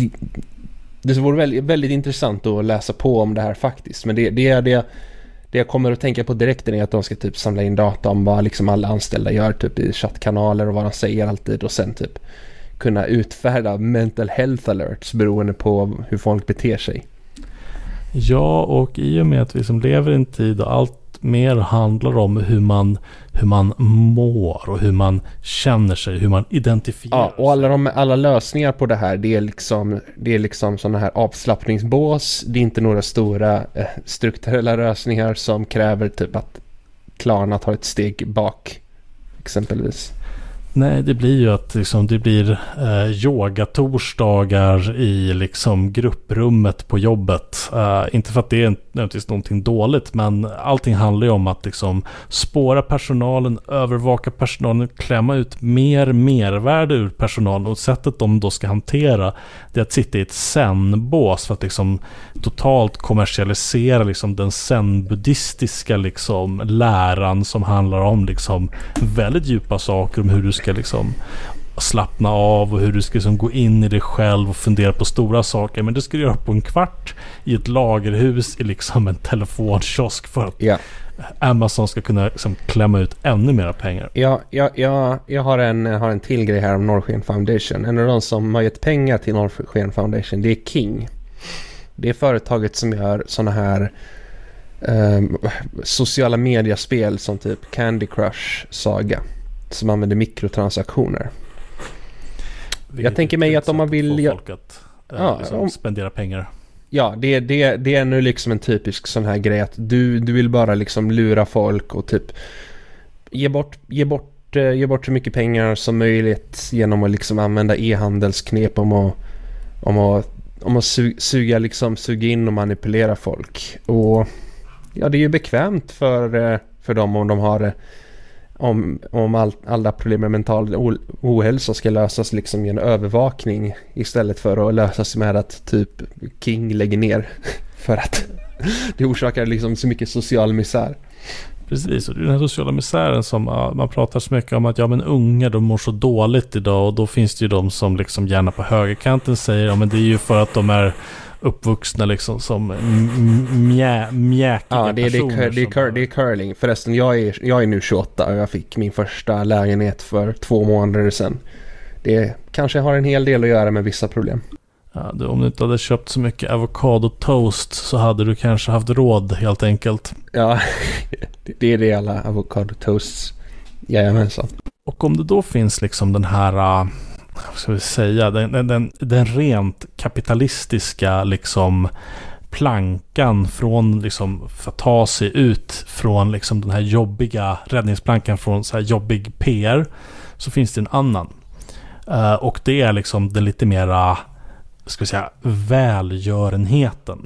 Det vore väldigt, väldigt intressant att läsa på om det här faktiskt. Men det, det, det, det jag kommer att tänka på direkt är att de ska typ samla in data om vad liksom alla anställda gör typ i chattkanaler och vad de säger alltid. Och sen typ kunna utfärda mental health alerts beroende på hur folk beter sig. Ja, och i och med att vi som lever i en tid och allt mer handlar om hur man, hur man mår och hur man känner sig, hur man identifierar ja, och alla, de, alla lösningar på det här, det är liksom, det är liksom sådana här avslappningsbås. Det är inte några stora eh, strukturella lösningar som kräver typ att Klarna tar ett steg bak exempelvis. Nej, det blir ju att liksom, det blir eh, yoga-torsdagar i liksom, grupprummet på jobbet. Eh, inte för att det är nödvändigtvis någonting dåligt, men allting handlar ju om att liksom, spåra personalen, övervaka personalen, klämma ut mer mervärde ur personalen, och sättet de då ska hantera det är att sitta i ett zen-bås för att liksom, totalt kommersialisera liksom, den zen-buddhistiska liksom, läran som handlar om liksom, väldigt djupa saker om hur du ska liksom slappna av och hur du ska liksom gå in i dig själv och fundera på stora saker. Men det ska du göra på en kvart i ett lagerhus i liksom en telefonkiosk för att ja. Amazon ska kunna liksom klämma ut ännu mera pengar. Ja, ja, ja, jag har en, har en till grej här om Norrsken Foundation. En av de som har gett pengar till Norrsken Foundation, det är King. Det är företaget som gör såna här um, sociala mediaspel som typ Candy Crush Saga, som använder mikrotransaktioner. Vilket jag tänker mig att om man vill... Få folk att äh, ja, liksom om, spendera pengar. Ja, det, det, det är nu liksom en typisk sån här grej att du, du vill bara liksom lura folk och typ ge bort, ge bort, uh, ge bort så mycket pengar som möjligt genom att liksom använda e-handelsknep om att, om att, om att su, suga, liksom, suga in och manipulera folk. Och ja, det är ju bekvämt för, uh, för dem om de har om, om all, alla problem med mental oh, ohälsa ska lösas liksom genom övervakning istället för att lösas med att typ King lägger ner för att det orsakar liksom så mycket social misär. Precis, och det är den här sociala misären som ja, man pratar så mycket om att ja men unga de mår så dåligt idag, och då finns det ju de som liksom gärna på högerkanten säger ja men det är ju för att de är uppvuxna liksom som mjä, mjäkiga ja, det är, personer. Det är, det, är cur, det är curling. Förresten, jag är, jag är nu tjugoåtta och jag fick min första lägenhet för två månader sedan. Det kanske har en hel del att göra med vissa problem. Ja, du, om du inte hade köpt så mycket avocado toast så hade du kanske haft råd helt enkelt. Ja, det är det alla avocado toasts. Jajamensan. Och om det då finns liksom den här, vad ska vi säga, den, den, den rent kapitalistiska liksom plankan från liksom för att ta sig ut från liksom den här jobbiga räddningsplankan från så här jobbig P R, så finns det en annan. Uh, och det är liksom den lite mera, ska vi säga, välgörenheten.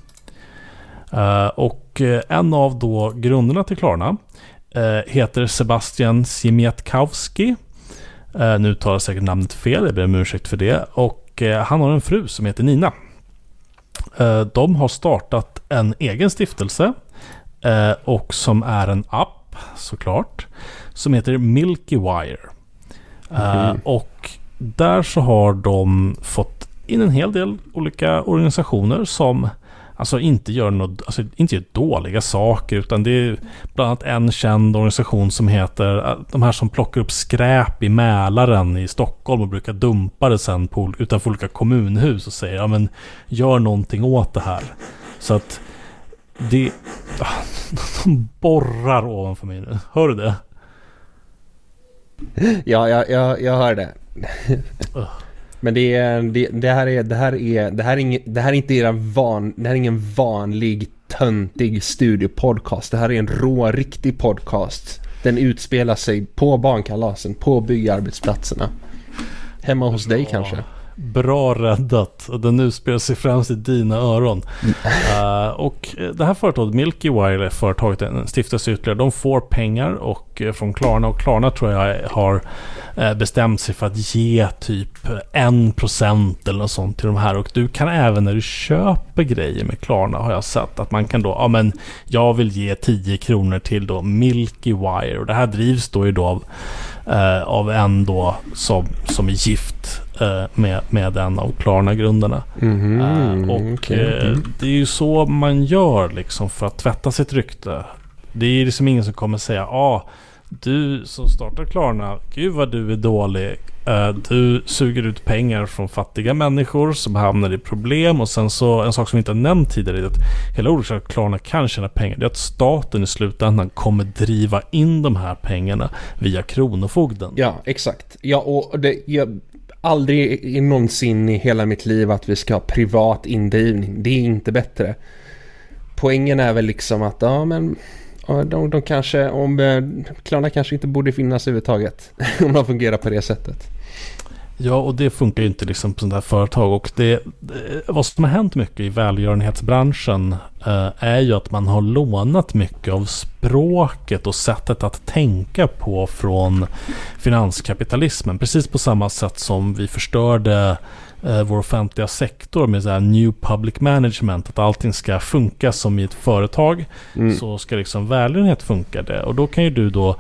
Uh, och uh, en av då grunderna till Klarna uh, heter Sebastian Siemiatkowski. Uh, nu tar jag säkert namnet fel, jag ber om ursäkt för det. Och uh, han har en fru som heter Nina. Uh, de har startat en egen stiftelse uh, och som är en app såklart som heter Milky Wire. Uh, mm. Och där så har de fått in en hel del olika organisationer som alltså inte gör något, alltså inte gör dåliga saker, utan det är bland annat en känd organisation som heter de här som plockar upp skräp i Mälaren i Stockholm och brukar dumpa det sen på, utanför olika kommunhus och säger ja men gör någonting åt det här. Så att det de borrar ovanför mig nu. Hör du det? Ja, jag, jag, jag hör det. Men det, är, det, det här är det här är det här är ingen, det här är inte era van, det här är ingen vanlig töntig studiopodcast. Det här är en rå riktig podcast. Den utspelar sig på barnkalasen, på byggarbetsplatserna. Hemma hos dig kanske. Bra räddat. Den utspelar sig främst i dina öron. Mm. Uh, och det här företaget Milky Wire, företaget en stiftelse ytterligare, de får pengar och uh, från Klarna, och Klarna tror jag har uh, bestämt sig för att ge typ en procent eller något sånt till de här, och du kan även när du köper grejer med Klarna har jag sett att man kan då, ja men jag vill ge tio kronor till då Milky Wire, och det här drivs då ju då av, uh, av en då som, som är gift med, med en av Klarna-grundarna. Mm-hmm, uh, och okay. uh, det är ju så man gör liksom för att tvätta sitt rykte. Det är liksom ingen som kommer säga ja, ah, du som startar Klarna, gud vad du är dålig. Uh, du suger ut pengar från fattiga människor som hamnar i problem, och sen så en sak som vi inte har nämnt tidigare är att hela ordet att Klarna kan tjäna pengar, det är att staten i slutändan kommer driva in de här pengarna via Kronofogden. Ja, exakt. Ja, och det jag aldrig i någonsin i hela mitt liv att vi ska ha privat indrivning. Det är inte bättre. Poängen är väl liksom att ja, men de, de kanske, om Klarna kanske inte borde finnas överhuvudtaget om de fungerar på det sättet. Ja, och det funkar ju inte liksom på sådana här företag, och det, det, vad som har hänt mycket i välgörenhetsbranschen eh, är ju att man har lånat mycket av språket och sättet att tänka på från finanskapitalismen, precis på samma sätt som vi förstörde eh, vår offentliga sektor med så här new public management, att allting ska funka som i ett företag. Mm. Så ska liksom välgörenhet funka det, och då kan ju du då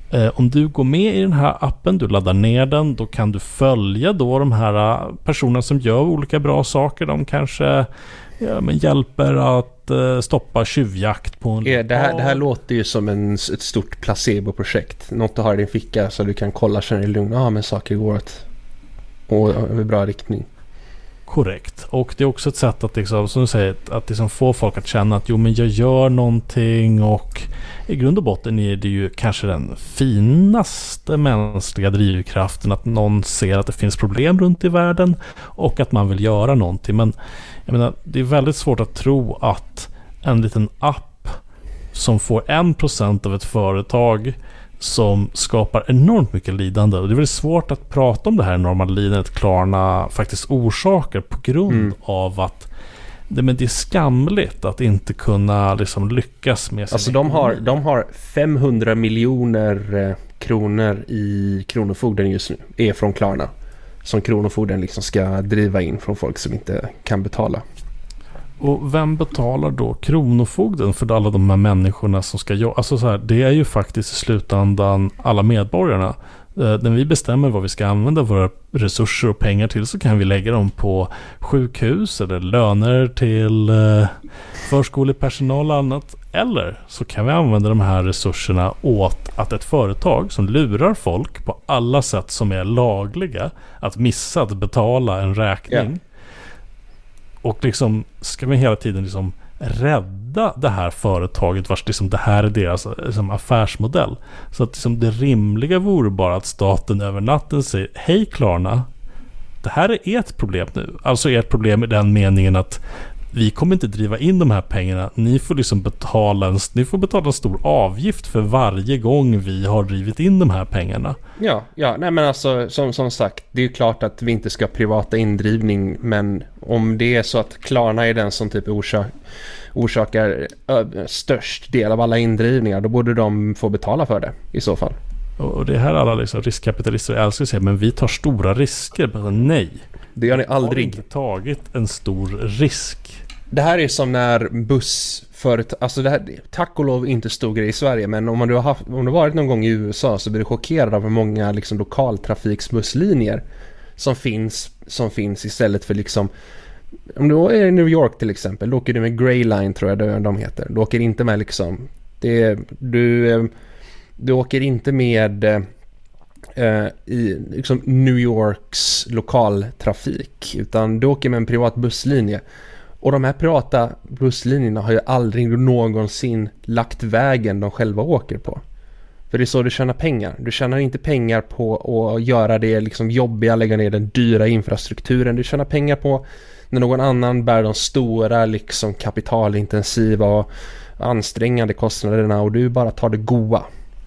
Eh, om du går med i den här appen, du laddar ner den, då kan du följa då de här personerna som gör olika bra saker. De kanske ja, men hjälper att eh, stoppa tjuvjakt på en... Ja, det, här, det här låter ju som en, ett stort placebo-projekt. Något du har i din ficka så du kan kolla sig i lugn. Ja, men saker går åt och i bra riktning. Korrekt. Och det är också ett sätt att, liksom, som du säger, att liksom få folk att känna att jo, men jag gör någonting, och i grund och botten är det ju kanske den finaste mänskliga drivkraften att någon ser att det finns problem runt i världen och att man vill göra någonting. Men jag menar, det är väldigt svårt att tro att en liten app som får en procent av ett företag som skapar enormt mycket lidande, och det är väldigt svårt att prata om det här enorma lidandet Klarna faktiskt orsakar på grund mm. av att det, men det är skamligt att inte kunna liksom lyckas med sin alltså de har, de har femhundra miljoner eh, kronor i Kronofogden just nu, är från Klarna, som Kronofogden liksom ska driva in från folk som inte kan betala. Och vem betalar då Kronofogden för alla de här människorna som ska jobba? Alltså så här, det är ju faktiskt i slutändan alla medborgarna. Eh, när vi bestämmer vad vi ska använda våra resurser och pengar till, så kan vi lägga dem på sjukhus eller löner till eh, förskolepersonal och annat. Eller så kan vi använda de här resurserna åt att ett företag som lurar folk på alla sätt som är lagliga att missa att betala en räkning. Yeah. Och liksom ska vi hela tiden liksom rädda det här företaget vars liksom det här är deras liksom affärsmodell. Så att liksom det rimliga vore bara att staten över natten säger: hej Klarna, det här är ert problem nu. Alltså ert problem i den meningen att vi kommer inte driva in de här pengarna. Ni får liksom betala en, ni får betala en stor avgift för varje gång vi har drivit in de här pengarna. Ja, ja, nej men alltså som, som sagt, det är ju klart att vi inte ska ha privata indrivning, men om det är så att Klarna är den som typ orsak, orsakar ö, störst del av alla indrivningar, då borde de få betala för det i så fall. Och det här alla liksom riskkapitalister älskar att säga, men vi tar stora risker. Men nej, det gör ni aldrig. Har inte tagit en stor risk. Det här är som när bussföretag, alltså det här, tack och lov inte stor grej i Sverige, men om du har haft, om du varit någon gång i U S A så blir du chockerad av hur många liksom lokaltrafiksbusslinjer som finns, som finns istället för liksom, om du är i New York till exempel, då åker du med Grey Line, tror jag de heter. Du åker inte med liksom, det, du, du åker inte med eh, i liksom New Yorks lokaltrafik, utan du åker med en privat busslinje. Och de här privata busslinjerna har ju aldrig någonsin lagt vägen de själva åker på. För det är så du tjänar pengar. Du tjänar inte pengar på att göra det liksom jobbiga, lägga ner den dyra infrastrukturen. Du tjänar pengar på när någon annan bär de stora liksom kapitalintensiva och ansträngande kostnaderna, och du bara tar det goa.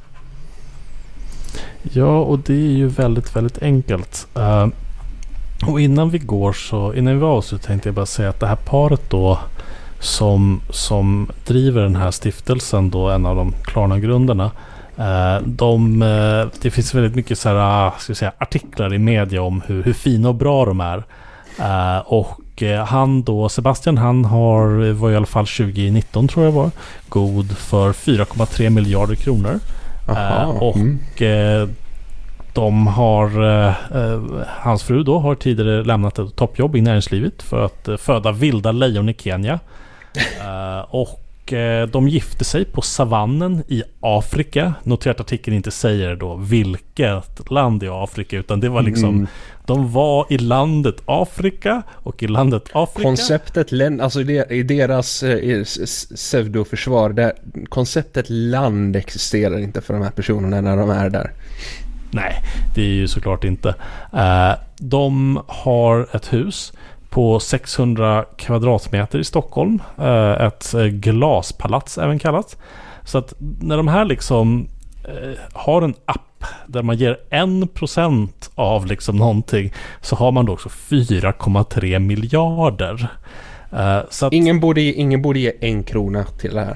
Ja, och det är ju väldigt, väldigt enkelt. Uh... Och innan vi går så, innan vi var så tänkte jag bara säga att det här paret då som, som driver den här stiftelsen då, en av de Klarna-grundarna, eh, de, eh, det finns väldigt mycket så här, ska jag säga, artiklar i media om hur, hur fina och bra de är. Eh, och eh, han då, Sebastian, han har, var i alla fall tjugonitton tror jag var, god för fyra komma tre miljarder kronor. Eh, och mm. eh, De har, eh, hans fru då har tidigare lämnat ett toppjobb i näringslivet för att eh, föda vilda lejon i Kenya. eh, och eh, de gifte sig på savannen i Afrika. Noterat att artikeln inte säger då vilket land i Afrika, utan det var liksom, mm. de var i landet Afrika och i landet Afrika. Konceptet, alltså det, i deras eh, pseudoförsvar, där konceptet land existerar inte för de här personerna när de är där. Nej, det är ju såklart inte. Eh, de har ett hus på sexhundra kvadratmeter i Stockholm. Eh, ett glaspalats även kallat. Så att när de här liksom eh, har en app där man ger en procent av liksom någonting, så har man då också fyra komma tre miljarder. Eh, så att ingen, borde, ingen borde ge en krona till det här.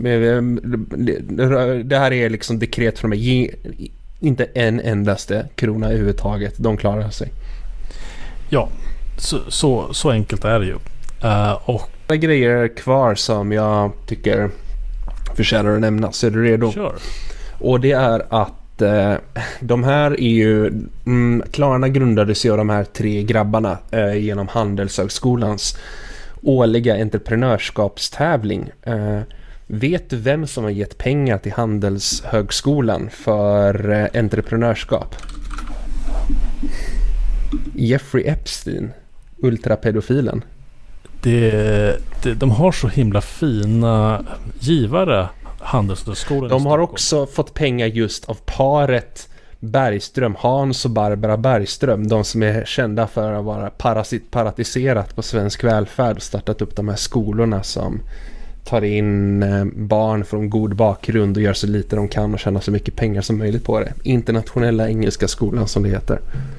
Det här är liksom dekret från mig. Inte en endaste krona överhuvudtaget. De klarar sig. Ja, så, så, så enkelt är det ju. Uh, och några grejer kvar som jag tycker förtjänar att nämnas. Är du redo? Sure. Och det är att att eh, de här är ju mm, Klarna grundades ju av de här tre grabbarna eh, genom Handelshögskolans årliga entreprenörskapstävling. Eh, vet du vem som har gett pengar till Handelshögskolan för eh, entreprenörskap? Jeffrey Epstein, ultrapedofilen. Det, det, de har så himla fina givare, Handelshögskolan. De har också fått pengar just av paret Bergström, Hans och Barbara Bergström, de som är kända för att vara parasit, paratiserat på svensk välfärd och startat upp de här skolorna som tar in barn från god bakgrund och gör så lite de kan och tjänar så mycket pengar som möjligt på det. Internationella engelska skolan som det heter.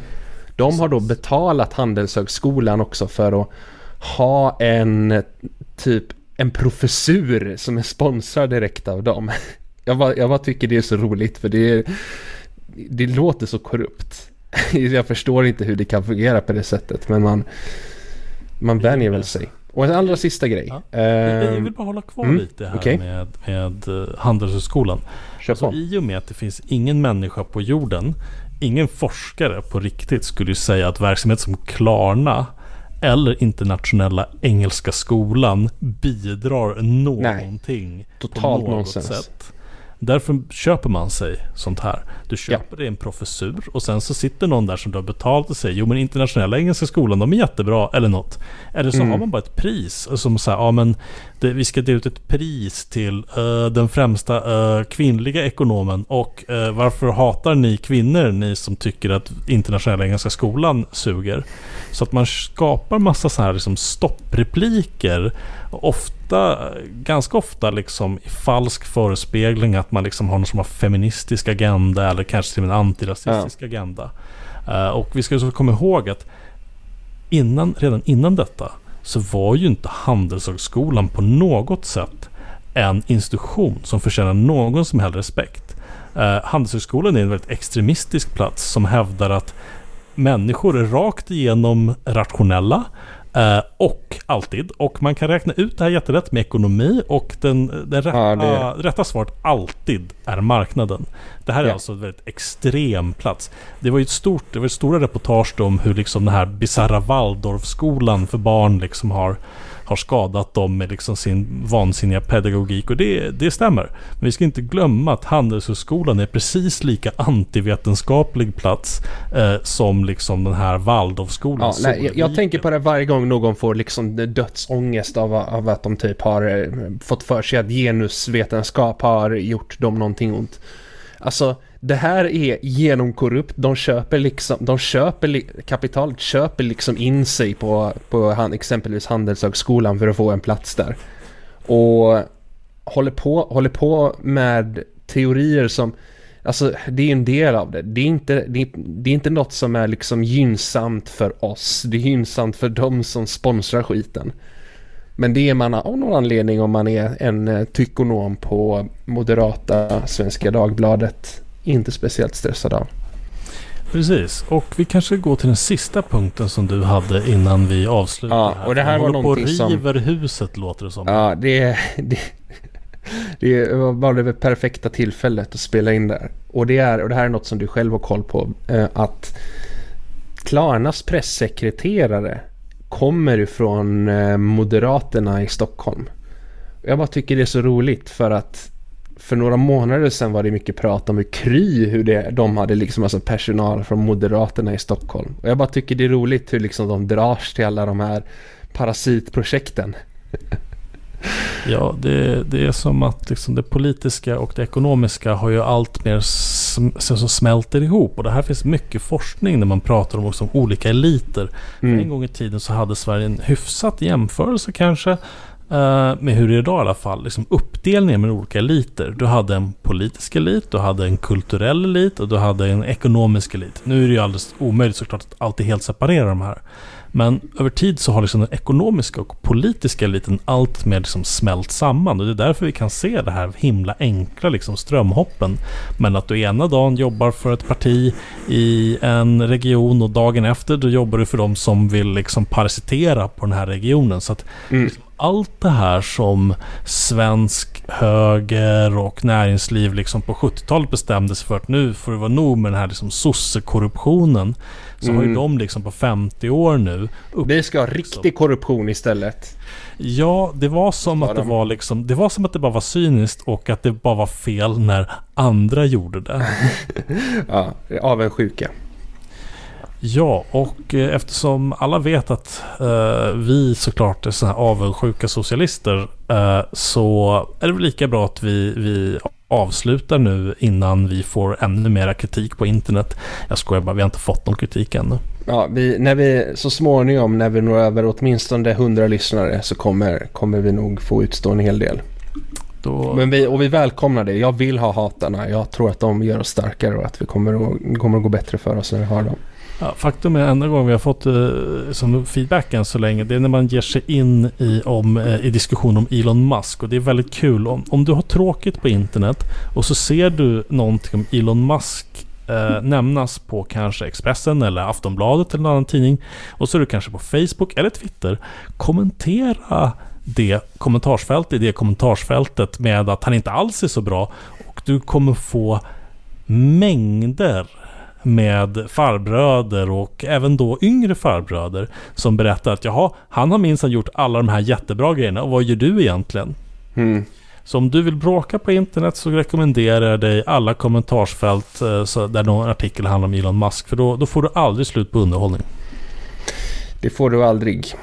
De har då betalat Handelshögskolan också för att ha en typ en professur som är sponsrad direkt av dem. Jag bara, jag bara tycker det är så roligt för det är, det låter så korrupt. Jag förstår inte hur det kan fungera på det sättet, men man man vänjer väl sig. Och en allra sista grej. Ja. Jag vill bara hålla kvar mm, lite här okay. med, med Handelshögskolan. Alltså, i och med att det finns ingen människa på jorden, ingen forskare på riktigt skulle ju säga att verksamhet som Klarna eller internationella engelska skolan bidrar någonting. Nej, totalt på något nonsens. Sätt. Därför köper man sig sånt här. Du köper ja. dig en professur och sen så sitter någon där som du har betalt och säger jo men internationella engelska skolan, de är jättebra eller något. Eller så mm. har man bara ett pris som säger ja men det, vi ska dela ut ett pris till uh, den främsta uh, kvinnliga ekonomen och uh, varför hatar ni kvinnor, ni som tycker att internationella engelska skolan suger? Så att man skapar massa så här liksom stopprepliker ofta, ganska ofta liksom i falsk förespegling att man liksom har någon som har feministisk agenda eller kanske till en antirasistisk ja. agenda. Uh, och vi ska så komma ihåg att innan, redan innan detta så var ju inte Handelshögskolan på något sätt en institution som förtjänar någon som helst respekt. Uh, Handelshögskolan är en väldigt extremistisk plats som hävdar att människor är rakt igenom rationella eh, och alltid. Och man kan räkna ut det här jätterätt med ekonomi och den, den rätta, ja, det... rätta svaret alltid är marknaden. Det här är ja. alltså en väldigt extrem plats. Det var ju ett stort, det var ett stora reportage om hur liksom den här bizarra Waldorfskolan för barn liksom har har skadat dem med liksom sin vansinniga pedagogik och det, det stämmer. Men vi ska inte glömma att Handelshögskolan är precis lika antivetenskaplig plats eh, som liksom den här Waldorfskolan. Ja, nej, jag, jag tänker på det varje gång någon får liksom dödsångest av, av att de typ har eh, fått för sig att genusvetenskap har gjort dem någonting ont. Alltså det här är genomkorrupt. De köper liksom, de köper kapitalet köper liksom in sig på, på han, exempelvis Handelshögskolan för att få en plats där. Och håller på, håller på med teorier som, alltså det är en del av det. Det är inte, det är, det är inte något som är liksom gynnsamt för oss. Det är gynnsamt för dem som sponsrar skiten. Men det är man av någon anledning om man är en tykonom på moderata Svenska Dagbladet inte speciellt stressad av. Precis, och vi kanske går till den sista punkten som du hade innan vi avslutar. Ja, och det här var någonting som... river huset låter det som. Ja, det, det, det var bara det perfekta tillfället att spela in där. Och det, är, och det här är något som du själv har koll på, att Klarnas pressekreterare kommer ifrån Moderaterna i Stockholm. Jag bara tycker det är så roligt för att för några månader sedan var det mycket prat om hur Kry, hur det, de hade liksom alltså personal från Moderaterna i Stockholm. Och jag bara tycker det är roligt hur liksom de dras till alla de här parasitprojekten. Ja, det, det är som att liksom det politiska och det ekonomiska har ju allt mer sm- som smälter ihop. Och det här finns mycket forskning när man pratar om också olika eliter. Mm. För en gång i tiden så hade Sverige en hyfsat jämförelse kanske med hur det är idag i alla fall, liksom uppdelningen med olika eliter. Du hade en politisk elit, du hade en kulturell elit och du hade en ekonomisk elit. Nu är det ju alldeles omöjligt såklart att alltid helt separera de här. Men över tid så har liksom den ekonomiska och politiska eliten allt mer liksom smält samman och det är därför vi kan se det här himla enkla liksom strömhoppen. Men att du ena dagen jobbar för ett parti i en region och dagen efter då jobbar du för dem som vill liksom parasitera på den här regionen. Så att mm. liksom allt det här som svensk höger och näringsliv liksom på sjuttiotalet bestämde sig för att nu får det vara nog med den här liksom sossekorruptionen, så mm. har ju de liksom på femtio år nu upp, vi ska ha riktig liksom korruption istället. Ja, det var som att det var liksom, det var som att det bara var cyniskt och att det bara var fel när andra gjorde det. Ja, avundsjuka. Ja, och eh, eftersom alla vet att eh, vi såklart är såna här avundsjuka socialister, eh, så är det väl lika bra att vi, vi avslutar nu innan vi får ännu mera kritik på internet. Jag skojar bara, vi har inte fått någon kritik ännu. Ja, vi, när vi så småningom, när vi når över åtminstone hundra lyssnare, så kommer, kommer vi nog få utstå en hel del. Då... Men vi, och vi välkomnar det. Jag vill ha hatarna. Jag tror att de gör oss starkare och att vi kommer att, kommer att gå bättre för oss när vi har dem. Ja, faktum är enda gången vi har fått eh, som feedback än så länge, det är när man ger sig in i, om, eh, i diskussion om Elon Musk, och det är väldigt kul om, om du har tråkigt på internet och så ser du någonting om Elon Musk eh, nämnas på kanske Expressen eller Aftonbladet eller någon annan tidning, och så är du kanske på Facebook eller Twitter, kommentera det kommentarsfältet i det kommentarsfältet med att han inte alls är så bra, och du kommer få mängder med farbröder och även då yngre farbröder som berättar att jaha, han har minst gjort alla de här jättebra grejerna, och vad gör du egentligen? Mm. Så om du vill bråka på internet så rekommenderar jag dig alla kommentarsfält eh, så där någon artikel handlar om Elon Musk, för då, då får du aldrig slut på underhållning. Det får du aldrig.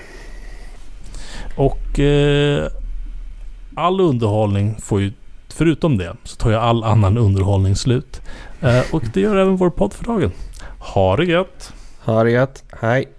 Och eh, all underhållning får ju, förutom det, så tar jag all annan underhållning slut. Uh, och det gör även vår podd för dagen. Ha det gött! Ha det gött, hej!